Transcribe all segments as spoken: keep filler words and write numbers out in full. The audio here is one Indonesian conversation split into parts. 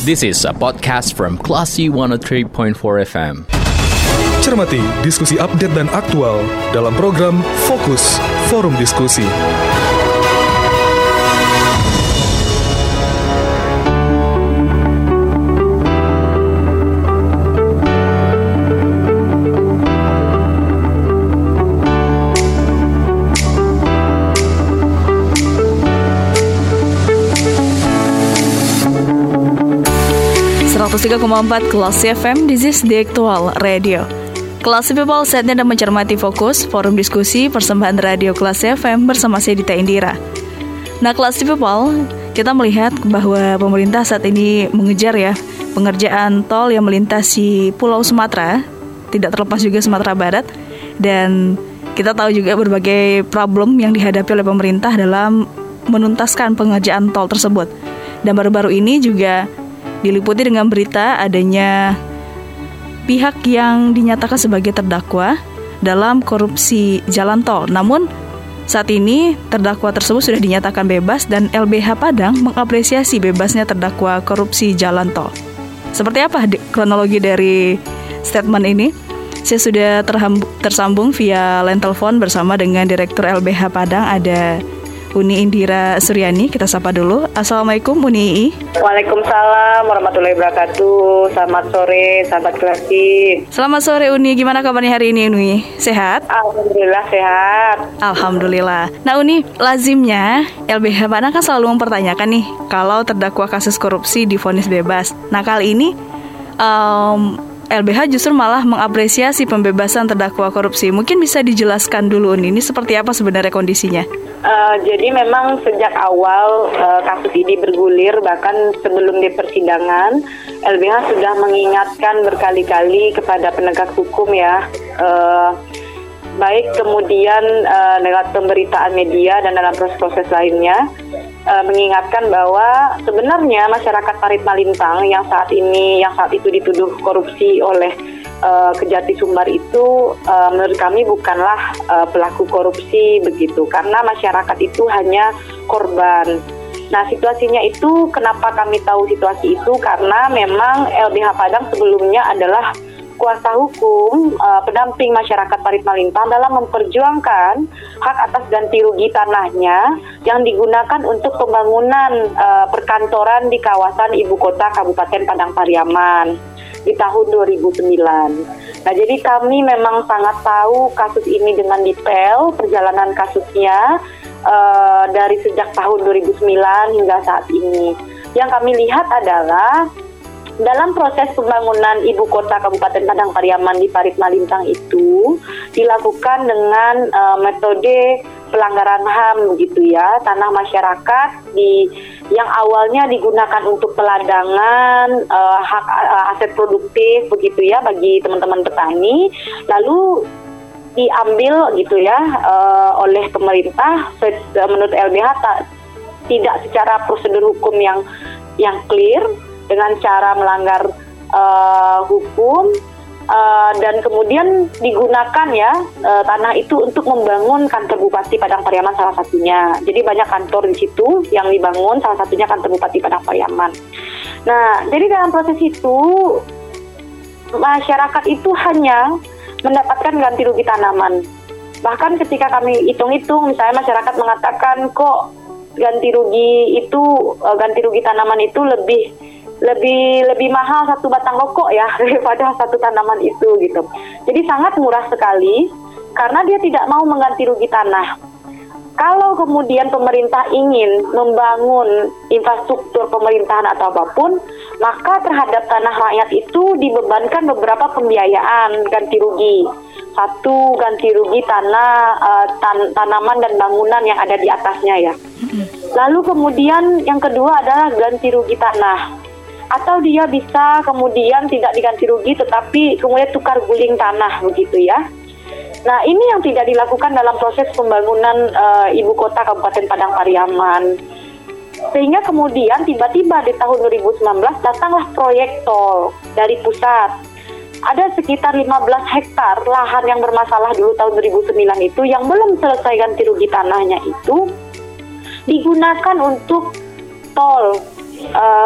This is a podcast from Classy one oh three point four F M. Cermati diskusi update dan aktual dalam program Fokus Forum Diskusi. seratus tiga koma empat Classy F M, this is the actual radio. Classy People, saatnya Anda mencermati Fokus Forum Diskusi persembahan radio Classy F M bersama saya Dita Indira. Nah, Classy People, kita melihat bahwa pemerintah saat ini mengejar ya pengerjaan tol yang melintasi Pulau Sumatera, tidak terlepas juga Sumatera Barat, dan kita tahu juga berbagai problem yang dihadapi oleh pemerintah dalam menuntaskan pengerjaan tol tersebut. Dan baru-baru ini juga diliputi dengan berita adanya pihak yang dinyatakan sebagai terdakwa dalam korupsi jalan tol. Namun saat ini terdakwa tersebut sudah dinyatakan bebas dan L B H Padang mengapresiasi bebasnya terdakwa korupsi jalan tol. Seperti apa kronologi dari statement ini? Saya sudah terham- tersambung via line telepon bersama dengan Direktur L B H Padang, ada Uni Indira Suryani. Kita sapa dulu. Assalamualaikum Uni. Waalaikumsalam warahmatullahi wabarakatuh. Selamat sore sahabat Classy. Selamat sore Uni, gimana kabarnya hari ini Uni? Sehat? Alhamdulillah sehat. Alhamdulillah. Nah Uni, lazimnya L B H Padang kan selalu mempertanyakan nih kalau terdakwa kasus korupsi divonis bebas. Nah kali ini um, L B H justru malah mengapresiasi pembebasan terdakwa korupsi. Mungkin bisa dijelaskan dulu Uni, ini seperti apa sebenarnya kondisinya? Uh, jadi memang sejak awal uh, kasus ini bergulir, bahkan sebelum di persidangan, L B H sudah mengingatkan berkali-kali kepada penegak hukum ya, uh, baik kemudian uh, lewat pemberitaan media dan dalam proses-proses lainnya, uh, mengingatkan bahwa sebenarnya masyarakat Parit Malintang yang saat ini, yang saat itu dituduh korupsi oleh Uh, Kejati Sumbar itu uh, menurut kami bukanlah uh, pelaku korupsi begitu, karena masyarakat itu hanya korban. Nah situasinya itu, kenapa kami tahu situasi itu, karena memang L B H Padang sebelumnya adalah kuasa hukum uh, pendamping masyarakat Parit Malintang dalam memperjuangkan hak atas ganti rugi tanahnya yang digunakan untuk pembangunan uh, perkantoran di kawasan ibu kota Kabupaten Padang Pariaman di tahun dua ribu sembilan. Nah, jadi kami memang sangat tahu kasus ini dengan detail, perjalanan kasusnya uh, dari sejak tahun dua ribu sembilan hingga saat ini. Yang kami lihat adalah dalam proses pembangunan ibu kota Kabupaten Padang Pariaman di Parit Malintang itu dilakukan dengan uh, metode pelanggaran H A M gitu ya, tanah masyarakat di yang awalnya digunakan untuk peladangan uh, hak uh, aset produktif begitu ya bagi teman-teman petani, lalu diambil gitu ya uh, oleh pemerintah menurut L B H ta, tidak secara prosedur hukum yang yang clear, dengan cara melanggar uh, hukum. Uh, dan kemudian digunakan ya uh, tanah itu untuk membangun kantor Bupati Padang Pariaman salah satunya. Jadi banyak kantor di situ yang dibangun, salah satunya kantor Bupati Padang Pariaman. Nah, jadi dalam proses itu masyarakat itu hanya mendapatkan ganti rugi tanaman. Bahkan ketika kami hitung-hitung, misalnya masyarakat mengatakan kok ganti rugi itu uh, ganti rugi tanaman itu lebih lebih lebih mahal satu batang rokok ya daripada satu tanaman itu gitu. Jadi sangat murah sekali karena dia tidak mau mengganti rugi tanah. Kalau kemudian pemerintah ingin membangun infrastruktur pemerintahan atau apapun, maka terhadap tanah rakyat itu dibebankan beberapa pembiayaan ganti rugi. Satu, ganti rugi tanah, uh, tan- tanaman dan bangunan yang ada di atasnya ya. Lalu kemudian yang kedua adalah ganti rugi tanah. Atau dia bisa kemudian tidak diganti rugi tetapi kemudian tukar guling tanah begitu ya. Nah ini yang tidak dilakukan dalam proses pembangunan uh, ibu kota Kabupaten Padang Pariaman. Sehingga kemudian tiba-tiba di tahun dua ribu sembilan belas datanglah proyek tol dari pusat. Ada sekitar lima belas hektar lahan yang bermasalah dulu tahun dua ribu sembilan itu yang belum selesai ganti rugi tanahnya itu digunakan untuk tol. Uh,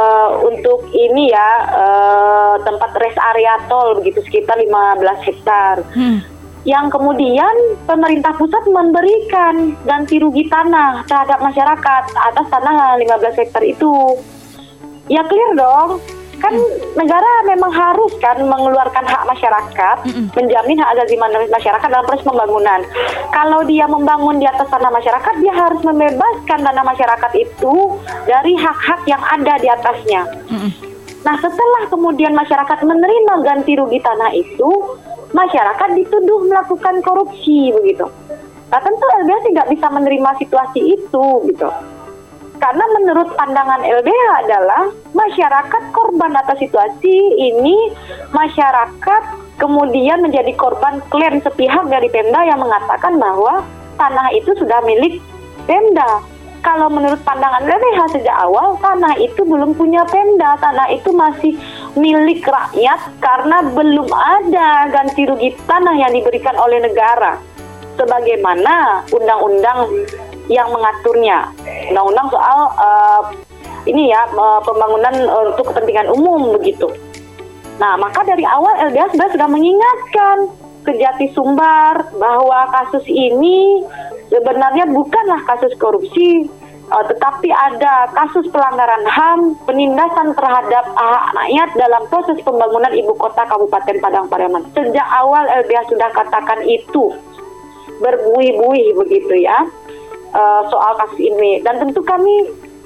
untuk ini ya uh, tempat rest area tol begitu sekitar lima belas hektar. Hmm. Yang kemudian pemerintah pusat memberikan ganti rugi tanah terhadap masyarakat atas tanah lima belas hektar itu. Ya clear dong. Kan negara memang harus kan mengeluarkan hak masyarakat, Mm-mm. menjamin hak asasi masyarakat dalam proses pembangunan. Kalau dia membangun di atas tanah masyarakat, dia harus membebaskan tanah masyarakat itu dari hak-hak yang ada di atasnya. Mm-mm. Nah, setelah kemudian masyarakat menerima ganti rugi tanah itu, masyarakat dituduh melakukan korupsi begitu. Nah, tentu L B H tidak bisa menerima situasi itu gitu. Karena menurut pandangan L B H adalah masyarakat korban atas situasi ini, masyarakat kemudian menjadi korban klaim sepihak dari Pemda yang mengatakan bahwa tanah itu sudah milik Pemda. Kalau menurut pandangan L B H sejak awal, tanah itu belum punya Pemda, tanah itu masih milik rakyat karena belum ada ganti rugi tanah yang diberikan oleh negara. Sebagaimana undang-undang yang mengaturnya, undang-undang soal uh, ini ya uh, pembangunan uh, untuk kepentingan umum begitu. Nah, maka dari awal L B H sudah sudah mengingatkan ke Jatisumbar bahwa kasus ini sebenarnya bukanlah kasus korupsi, uh, tetapi ada kasus pelanggaran H A M, penindasan terhadap hak rakyat dalam proses pembangunan ibu kota Kabupaten Padang Pariaman. Sejak awal L B H sudah katakan itu, berbuih-buih begitu ya. Uh, soal kasus ini, dan tentu kami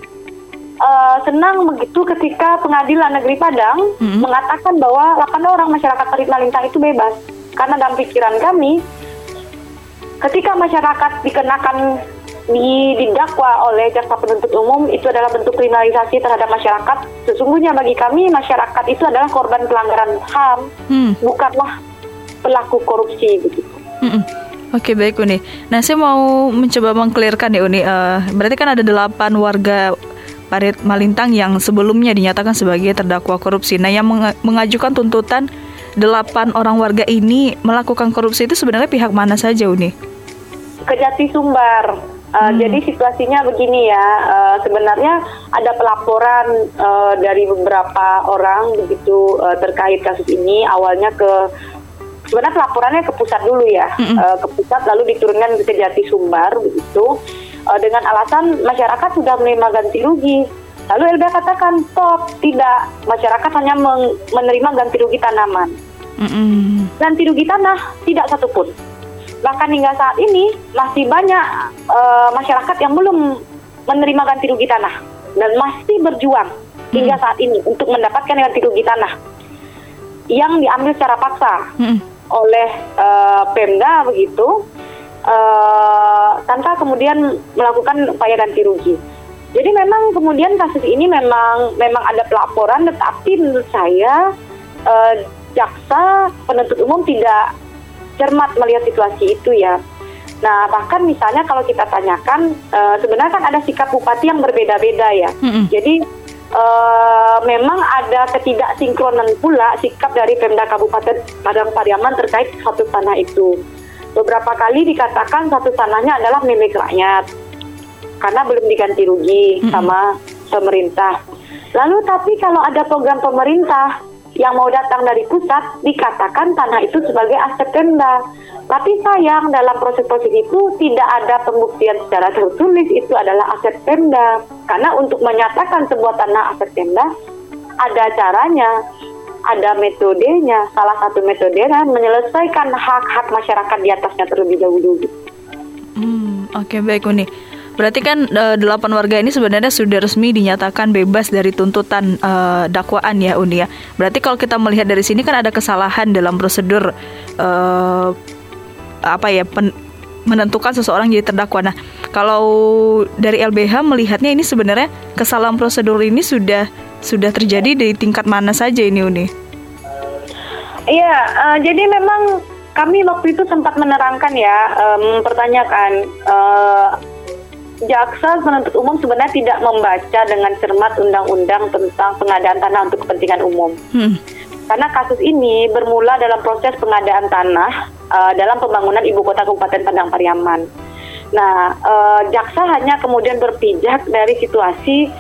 uh, senang begitu ketika Pengadilan Negeri Padang mm-hmm. mengatakan bahwa delapan orang masyarakat Parit Malintang itu bebas, karena dalam pikiran kami ketika masyarakat dikenakan di, didakwa oleh jaksa penuntut umum itu adalah bentuk kriminalisasi terhadap masyarakat. Sesungguhnya bagi kami masyarakat itu adalah korban pelanggaran H A M, mm. bukanlah pelaku korupsi begitu. Mm-mm. Oke, baik Uni. Nah, saya mau mencoba mengklirkan ya Uni. Uh, berarti kan ada delapan warga Parit Malintang yang sebelumnya dinyatakan sebagai terdakwa korupsi. Nah, yang meng- mengajukan tuntutan delapan orang warga ini melakukan korupsi itu sebenarnya pihak mana saja Uni? Ke Jatisumbar. Uh, hmm. Jadi situasinya begini ya. Uh, sebenarnya ada pelaporan uh, dari beberapa orang begitu uh, terkait kasus ini. Awalnya ke Sebenarnya pelaporannya ke pusat dulu ya, mm-hmm. uh, ke pusat lalu diturunkan ke Jatisumbar begitu, uh, dengan alasan masyarakat sudah menerima ganti rugi. Lalu L B H katakan stop, tidak, masyarakat hanya meng- menerima ganti rugi tanaman, mm-hmm. ganti rugi tanah tidak satupun. Bahkan hingga saat ini masih banyak uh, masyarakat yang belum menerima ganti rugi tanah dan masih berjuang mm-hmm. hingga saat ini untuk mendapatkan ganti rugi tanah yang diambil secara paksa. Mm-hmm. oleh uh, Pemda begitu, uh, tanpa kemudian melakukan upaya ganti rugi. Jadi memang kemudian kasus ini memang memang ada pelaporan, tetapi menurut saya uh, jaksa penuntut umum tidak cermat melihat situasi itu ya. Nah, bahkan misalnya kalau kita tanyakan, uh, sebenarnya kan ada sikap bupati yang berbeda-beda ya. Mm-hmm. Jadi Uh, memang ada ketidaksinkronan pula sikap dari Pemda Kabupaten Padang Pariaman terkait satu tanah itu. Beberapa kali dikatakan satu tanahnya adalah milik rakyat karena belum diganti rugi mm-hmm. sama pemerintah. Lalu tapi kalau ada program pemerintah yang mau datang dari pusat, dikatakan tanah itu sebagai aset Pemda. Tapi sayang dalam proses-proses itu tidak ada pembuktian secara tertulis itu adalah aset Pemda. Karena untuk menyatakan sebuah tanah aset Pemda ada caranya, ada metodenya. Salah satu metodenya menyelesaikan hak-hak masyarakat di atasnya terlebih dahulu. Hmm, oke, okay, baik Uni. Berarti kan e, delapan warga ini sebenarnya sudah resmi dinyatakan bebas dari tuntutan e, dakwaan ya Uni ya. Berarti kalau kita melihat dari sini kan ada kesalahan dalam prosedur e, apa ya pen, menentukan seseorang jadi terdakwa. Nah, kalau dari L B H melihatnya ini sebenarnya kesalahan prosedur ini sudah sudah terjadi di tingkat mana saja ini Uni? Iya, uh, jadi memang kami waktu itu sempat menerangkan ya, um, mempertanyakan uh, jaksa penuntut umum sebenarnya tidak membaca dengan cermat undang-undang tentang pengadaan tanah untuk kepentingan umum. Hmm. Karena kasus ini bermula dalam proses pengadaan tanah uh, dalam pembangunan ibu kota Kabupaten Padang Pariaman. Nah, uh, jaksa hanya kemudian berpijak dari situasi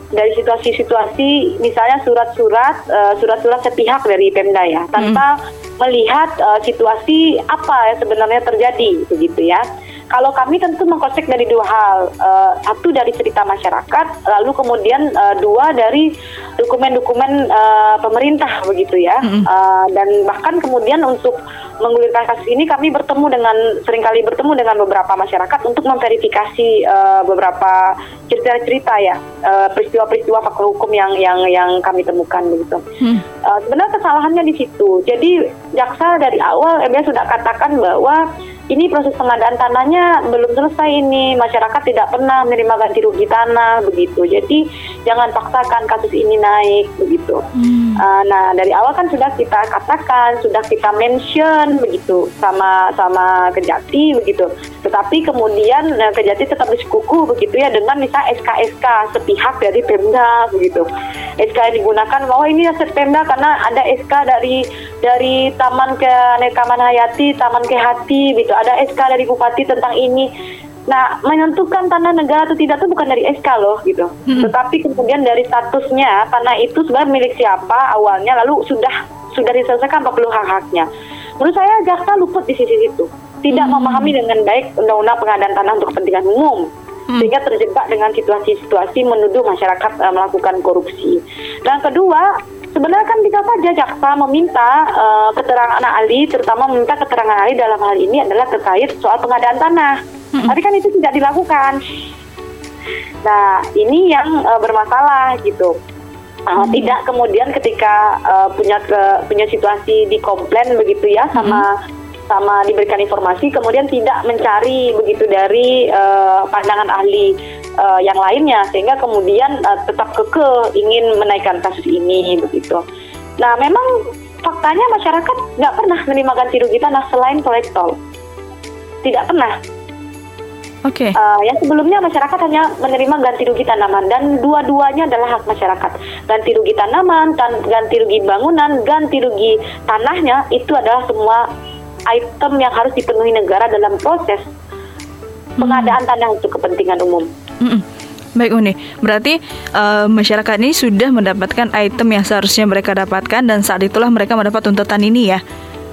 dari situasi-situasi misalnya surat-surat uh, surat-surat sepihak dari Pemda ya, tanpa hmm. melihat uh, situasi apa yang sebenarnya terjadi begitu ya. Kalau kami tentu mengkonsep dari dua hal, uh, satu dari cerita masyarakat, lalu kemudian uh, dua dari dokumen-dokumen uh, pemerintah begitu ya, mm-hmm. uh, dan bahkan kemudian untuk menggulirkan kasus ini kami bertemu dengan seringkali bertemu dengan beberapa masyarakat untuk memverifikasi uh, beberapa cerita-cerita ya, uh, peristiwa-peristiwa fakta hukum yang yang yang kami temukan begitu. Mm. Uh, sebenarnya kesalahannya di situ. Jadi jaksa dari awal L B H sudah katakan bahwa ini proses pengadaan tanahnya belum selesai ini, masyarakat tidak pernah menerima ganti rugi tanah begitu. Jadi jangan paksakan kasus ini naik begitu. Hmm. Uh, nah dari awal kan sudah kita katakan, sudah kita mention begitu sama sama Kejati begitu. Tetapi kemudian uh, Kejati tetap bersikukuh begitu ya dengan misalnya S K S K sepihak dari Pemda begitu. S K yang digunakan bahwa ini aset Pemda karena ada S K dari dari Taman Keanekaragaman Hayati, Taman Kehati gitu. Ada S K dari Bupati tentang ini. Nah, menentukan tanah negara atau tidak itu bukan dari S K loh gitu. Hmm. Tetapi kemudian dari statusnya tanah itu sebenarnya milik siapa awalnya, lalu sudah sudah diselesaikan empat puluh hak-haknya. Menurut saya jaksa luput di sisi itu. Tidak hmm. memahami dengan baik undang-undang pengadaan tanah untuk kepentingan umum. Hmm. Sehingga terjebak dengan situasi-situasi menuduh masyarakat uh, melakukan korupsi. Dan kedua, sebenarnya kan bisa saja jaksa meminta uh, keterangan ahli, terutama meminta keterangan ahli dalam hal ini adalah terkait soal pengadaan tanah. Hmm. Tapi kan itu tidak dilakukan. Nah, ini yang uh, bermasalah gitu. Uh, hmm. Tidak kemudian ketika uh, punya ke, punya situasi dikomplain begitu ya sama hmm. sama diberikan informasi, kemudian tidak mencari begitu dari uh, pandangan ahli uh, yang lainnya, sehingga kemudian uh, tetap kekeh ingin menaikkan kasus ini begitu. Nah, memang faktanya masyarakat nggak pernah menerima ganti rugi tanah selain proyek tol, tidak pernah. Oke. Okay. Uh, yang sebelumnya masyarakat hanya menerima ganti rugi tanaman dan dua-duanya adalah hak masyarakat. Ganti rugi tanaman, tan- ganti rugi bangunan, ganti rugi tanahnya itu adalah semua item yang harus dipenuhi negara dalam proses pengadaan hmm. tanah untuk kepentingan umum. Hmm. Baik Uni, berarti uh, masyarakat ini sudah mendapatkan item yang seharusnya mereka dapatkan dan saat itulah mereka mendapat tuntutan ini ya?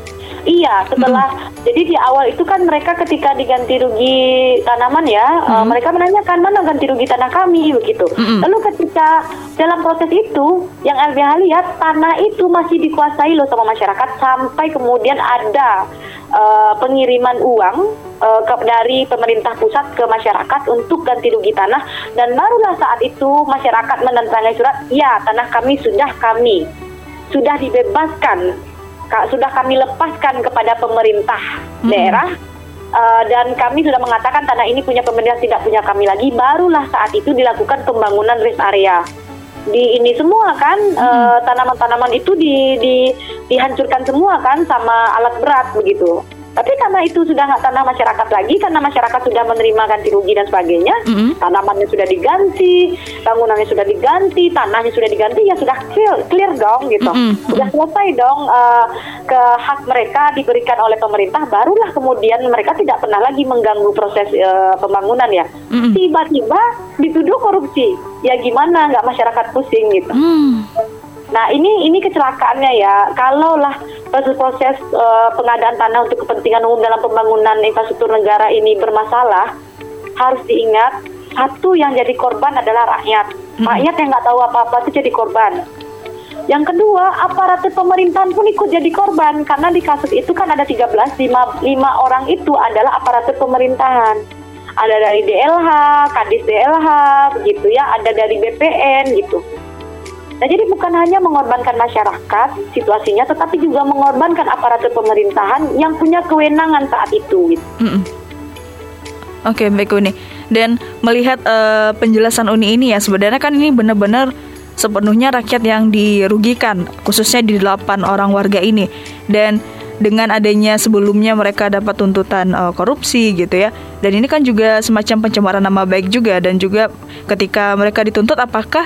Iya, setelah hmm. jadi di awal itu kan mereka ketika diganti rugi tanaman ya, hmm. uh, mereka menanyakan mana ganti rugi tanah kami begitu. Hmm. Lalu ketika dalam proses itu yang L B H lihat tanah itu masih dikuasai loh sama masyarakat sampai kemudian ada uh, pengiriman uang uh, ke, dari pemerintah pusat ke masyarakat untuk ganti rugi tanah, dan barulah saat itu masyarakat menandatangani surat, ya tanah kami sudah kami sudah dibebaskan. Sudah kami lepaskan kepada pemerintah hmm. daerah uh, dan kami sudah mengatakan tanah ini punya pemerintah, tidak punya kami lagi. Barulah saat itu dilakukan pembangunan rest area. Di ini semua kan hmm. uh, tanaman-tanaman itu di, di, dihancurkan semua kan sama alat berat begitu. Tapi karena itu sudah nggak tanah masyarakat lagi, karena masyarakat sudah menerima ganti rugi dan sebagainya, mm-hmm. tanamannya sudah diganti, bangunannya sudah diganti, tanahnya sudah diganti, ya sudah clear, clear dong gitu. Mm-hmm. Sudah selesai dong uh, ke hak mereka diberikan oleh pemerintah, barulah kemudian mereka tidak pernah lagi mengganggu proses uh, pembangunan ya. Mm-hmm. Tiba-tiba dituduh korupsi, ya gimana nggak masyarakat pusing gitu. Mm. Nah ini ini kecelakaannya ya, kalaulah proses-proses uh, pengadaan tanah untuk kepentingan umum dalam pembangunan infrastruktur negara ini bermasalah, harus diingat satu yang jadi korban adalah rakyat. Hmm. Rakyat yang nggak tahu apa-apa itu jadi korban. Yang kedua, aparatur pemerintahan pun ikut jadi korban karena di kasus itu kan ada tiga belas, lima orang itu adalah aparatur pemerintahan. Ada dari D L H, Kadis D L H, begitu ya, ada dari B P N gitu. Nah, jadi bukan hanya mengorbankan masyarakat situasinya, tetapi juga mengorbankan aparatur pemerintahan yang punya kewenangan saat itu. Gitu. Mm-mm. Oke, baik Uni. Dan melihat uh, penjelasan Uni ini ya, sebenarnya kan ini benar-benar sepenuhnya rakyat yang dirugikan, khususnya di delapan orang warga ini. Dan dengan adanya sebelumnya mereka dapat tuntutan uh, korupsi gitu ya. Dan ini kan juga semacam pencemaran nama baik juga, dan juga ketika mereka dituntut apakah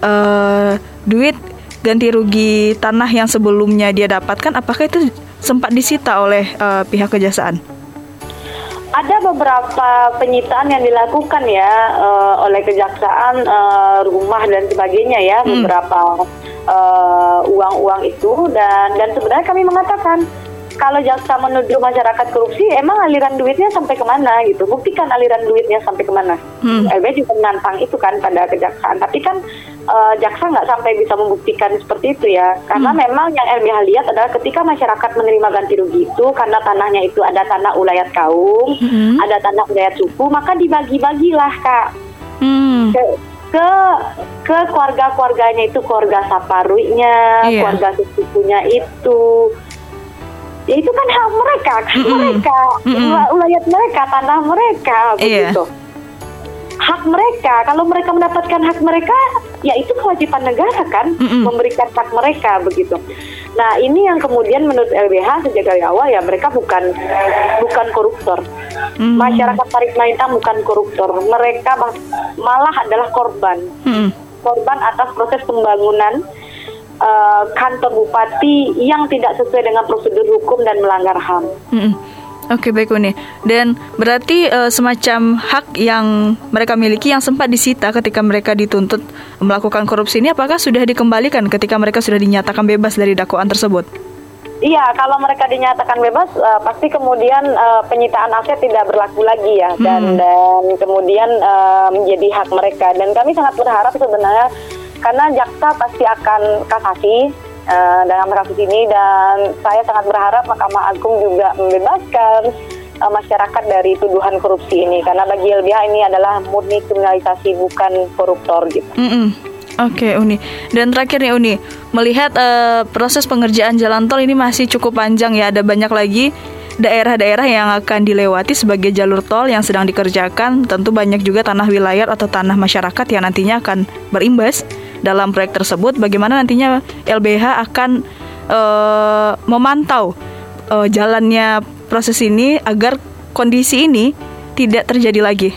Uh, duit ganti rugi tanah yang sebelumnya dia dapatkan, apakah itu sempat disita oleh uh, pihak kejaksaan? ada beberapa penyitaan yang dilakukan ya uh, oleh kejaksaan, uh, rumah dan sebagainya ya, hmm. beberapa uh, uang-uang itu, dan dan sebenarnya kami mengatakan kalau jaksa menuduh masyarakat korupsi, emang aliran duitnya sampai kemana gitu? Buktikan aliran duitnya sampai kemana. Hmm. L B H juga menantang itu kan pada kejaksaan. Tapi kan uh, jaksa nggak sampai bisa membuktikan seperti itu ya. Karena hmm. memang yang L B H lihat adalah ketika masyarakat menerima ganti rugi itu, karena tanahnya itu ada tanah ulayat kaum, hmm. ada tanah ulayat suku, maka dibagi-bagilah Kak. Hmm. Ke, ke ke keluarga-keluarganya itu, keluarga Saparuinya, yeah. keluarga sukunya itu. Ya itu kan hak mereka, hak mm-mm. mereka, mm-mm. ulayat mereka, tanah mereka, begitu. Yeah. Hak mereka, kalau mereka mendapatkan hak mereka, ya itu kewajiban negara kan, mm-mm. memberikan hak mereka, begitu. Nah ini yang kemudian menurut L B H sejak dari awal ya mereka bukan bukan koruptor. Mm. Masyarakat Parit Malintang bukan koruptor, mereka malah adalah korban, mm. korban atas proses pembangunan Uh, kantor bupati yang tidak sesuai dengan prosedur hukum dan melanggar H A M. Mm-mm. Oke, baik Uni. Dan berarti uh, semacam hak yang mereka miliki yang sempat disita ketika mereka dituntut melakukan korupsi ini, apakah sudah dikembalikan ketika mereka sudah dinyatakan bebas dari dakwaan tersebut? Iya, kalau mereka dinyatakan bebas, uh, pasti kemudian uh, penyitaan aset tidak berlaku lagi ya, dan, hmm. dan kemudian uh, menjadi hak mereka. Dan kami sangat berharap sebenarnya, karena jaksa pasti akan kasasi uh, dalam kasus ini, dan saya sangat berharap Mahkamah Agung juga membebaskan uh, masyarakat dari tuduhan korupsi ini, karena bagi L B H ini adalah murni kriminalisasi, bukan koruptor gitu. Mm-mm. Oke, okay, Uni. Dan terakhir nih Uni, melihat uh, proses pengerjaan jalan tol ini masih cukup panjang ya, ada banyak lagi daerah-daerah yang akan dilewati sebagai jalur tol yang sedang dikerjakan. Tentu banyak juga tanah wilayah atau tanah masyarakat yang nantinya akan berimbas dalam proyek tersebut. Bagaimana nantinya L B H akan uh, memantau uh, jalannya proses ini agar kondisi ini tidak terjadi lagi?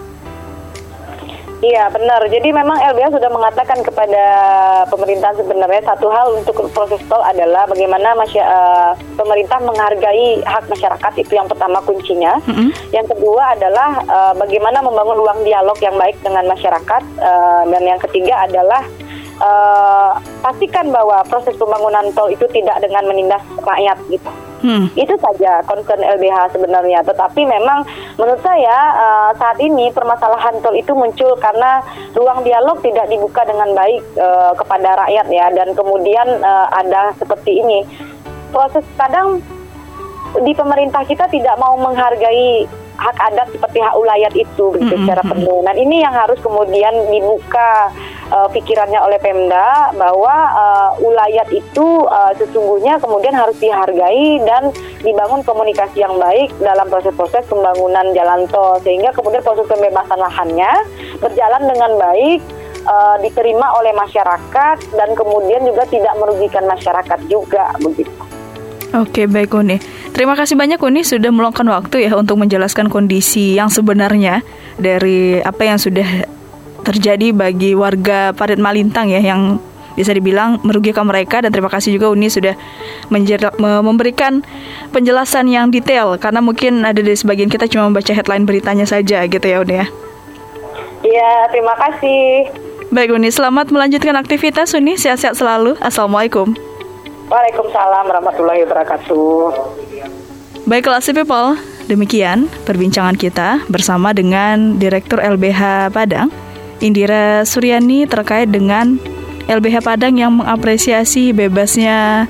Iya benar, jadi memang L B H sudah mengatakan kepada pemerintah sebenarnya satu hal untuk proses tol adalah bagaimana masya, uh, pemerintah menghargai hak masyarakat, itu yang pertama kuncinya. Mm-hmm. Yang kedua adalah uh, bagaimana membangun ruang dialog yang baik dengan masyarakat, uh, dan yang ketiga adalah uh, pastikan bahwa proses pembangunan tol itu tidak dengan menindas rakyat gitu. Hmm. Itu saja concern L B H sebenarnya. Tetapi memang menurut saya uh, saat ini permasalahan tol itu muncul karena ruang dialog tidak dibuka dengan baik uh, kepada rakyat ya, dan kemudian uh, ada seperti ini. Proses kadang di pemerintah kita tidak mau menghargai hak adat seperti hak ulayat itu begitu, mm-hmm. secara penuh. Dan ini yang harus kemudian dibuka uh, pikirannya oleh Pemda, bahwa uh, ulayat itu uh, sesungguhnya kemudian harus dihargai dan dibangun komunikasi yang baik dalam proses-proses pembangunan jalan tol, sehingga kemudian proses pembebasan lahannya berjalan dengan baik, uh, diterima oleh masyarakat, dan kemudian juga tidak merugikan masyarakat juga begitu. Oke, baik Uni. Terima kasih banyak Uni sudah meluangkan waktu ya untuk menjelaskan kondisi yang sebenarnya dari apa yang sudah terjadi bagi warga Parit Malintang ya, yang bisa dibilang merugikan mereka. Dan terima kasih juga Uni sudah menjer- memberikan penjelasan yang detail, karena mungkin ada dari sebagian kita cuma membaca headline beritanya saja gitu ya Uni ya. Iya, terima kasih. Baik Uni, selamat melanjutkan aktivitas Uni, sehat-sehat selalu. Assalamualaikum. Waalaikumsalam warahmatullahi wabarakatuh. Baik Classy People, demikian perbincangan kita bersama dengan Direktur L B H Padang, Indira Suryani, terkait dengan L B H Padang yang mengapresiasi bebasnya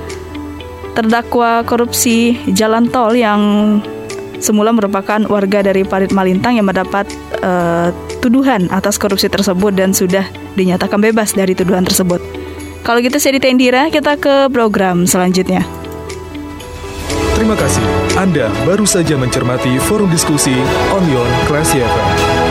terdakwa korupsi jalan tol yang semula merupakan warga dari Parit Malintang yang mendapat uh, tuduhan atas korupsi tersebut dan sudah dinyatakan bebas dari tuduhan tersebut. Kalau gitu saya Dita Indira, kita ke program selanjutnya. Terima kasih. Anda baru saja mencermati forum diskusi Onion Classy F M.